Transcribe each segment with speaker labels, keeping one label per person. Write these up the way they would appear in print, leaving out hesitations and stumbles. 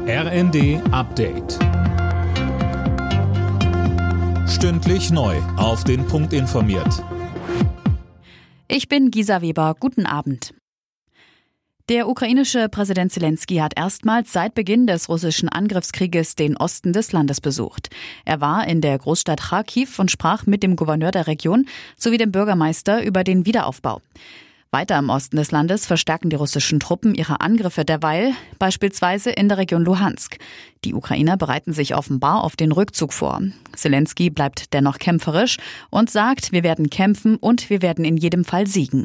Speaker 1: RND Update. Stündlich neu auf den Punkt informiert.
Speaker 2: Ich bin Gisa Weber. Guten Abend. Der ukrainische Präsident Zelensky hat erstmals seit Beginn des russischen Angriffskrieges den Osten des Landes besucht. Er war in der Großstadt Charkiw und sprach mit dem Gouverneur der Region sowie dem Bürgermeister über den Wiederaufbau. Weiter im Osten des Landes verstärken die russischen Truppen ihre Angriffe derweil, beispielsweise in der Region Luhansk. Die Ukrainer bereiten sich offenbar auf den Rückzug vor. Zelensky bleibt dennoch kämpferisch und sagt, wir werden kämpfen und wir werden in jedem Fall siegen.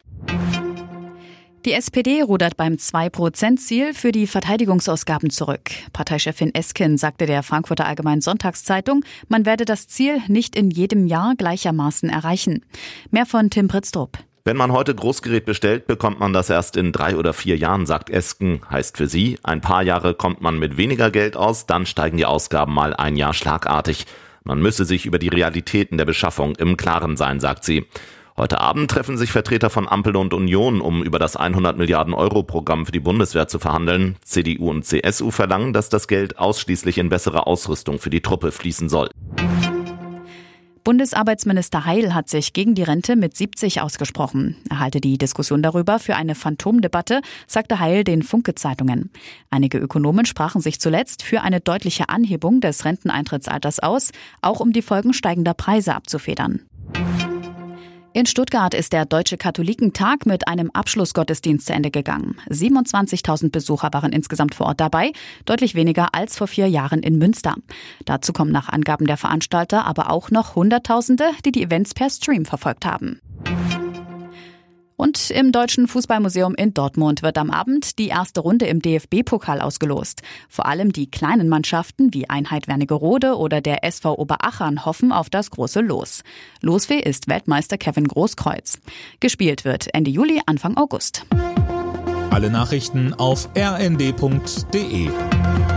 Speaker 2: Die SPD rudert beim 2%-Ziel für die Verteidigungsausgaben zurück. Parteichefin Esken sagte der Frankfurter Allgemeinen Sonntagszeitung, man werde das Ziel nicht in jedem Jahr gleichermaßen erreichen. Mehr von Tim Pritztrup.
Speaker 3: Wenn man heute Großgerät bestellt, bekommt man das erst in 3 oder 4 Jahren, sagt Esken. Heißt für sie, ein paar Jahre kommt man mit weniger Geld aus, dann steigen die Ausgaben mal ein Jahr schlagartig. Man müsse sich über die Realitäten der Beschaffung im Klaren sein, sagt sie. Heute Abend treffen sich Vertreter von Ampel und Union, um über das 100 Milliarden Euro Programm für die Bundeswehr zu verhandeln. CDU und CSU verlangen, dass das Geld ausschließlich in bessere Ausrüstung für die Truppe fließen soll.
Speaker 2: Bundesarbeitsminister Heil hat sich gegen die Rente mit 70 ausgesprochen. Er halte die Diskussion darüber für eine Phantomdebatte, sagte Heil den Funke-Zeitungen. Einige Ökonomen sprachen sich zuletzt für eine deutliche Anhebung des Renteneintrittsalters aus, auch um die Folgen steigender Preise abzufedern. In Stuttgart ist der Deutsche Katholikentag mit einem Abschlussgottesdienst zu Ende gegangen. 27.000 Besucher waren insgesamt vor Ort dabei, deutlich weniger als vor 4 Jahren in Münster. Dazu kommen nach Angaben der Veranstalter aber auch noch Hunderttausende, die die Events per Stream verfolgt haben. Und im Deutschen Fußballmuseum in Dortmund wird am Abend die erste Runde im DFB-Pokal ausgelost. Vor allem die kleinen Mannschaften wie Einheit Wernigerode oder der SV Oberachern hoffen auf das große Los. Losfee ist Weltmeister Kevin Großkreuz. Gespielt wird Ende Juli, Anfang August.
Speaker 1: Alle Nachrichten auf rnd.de.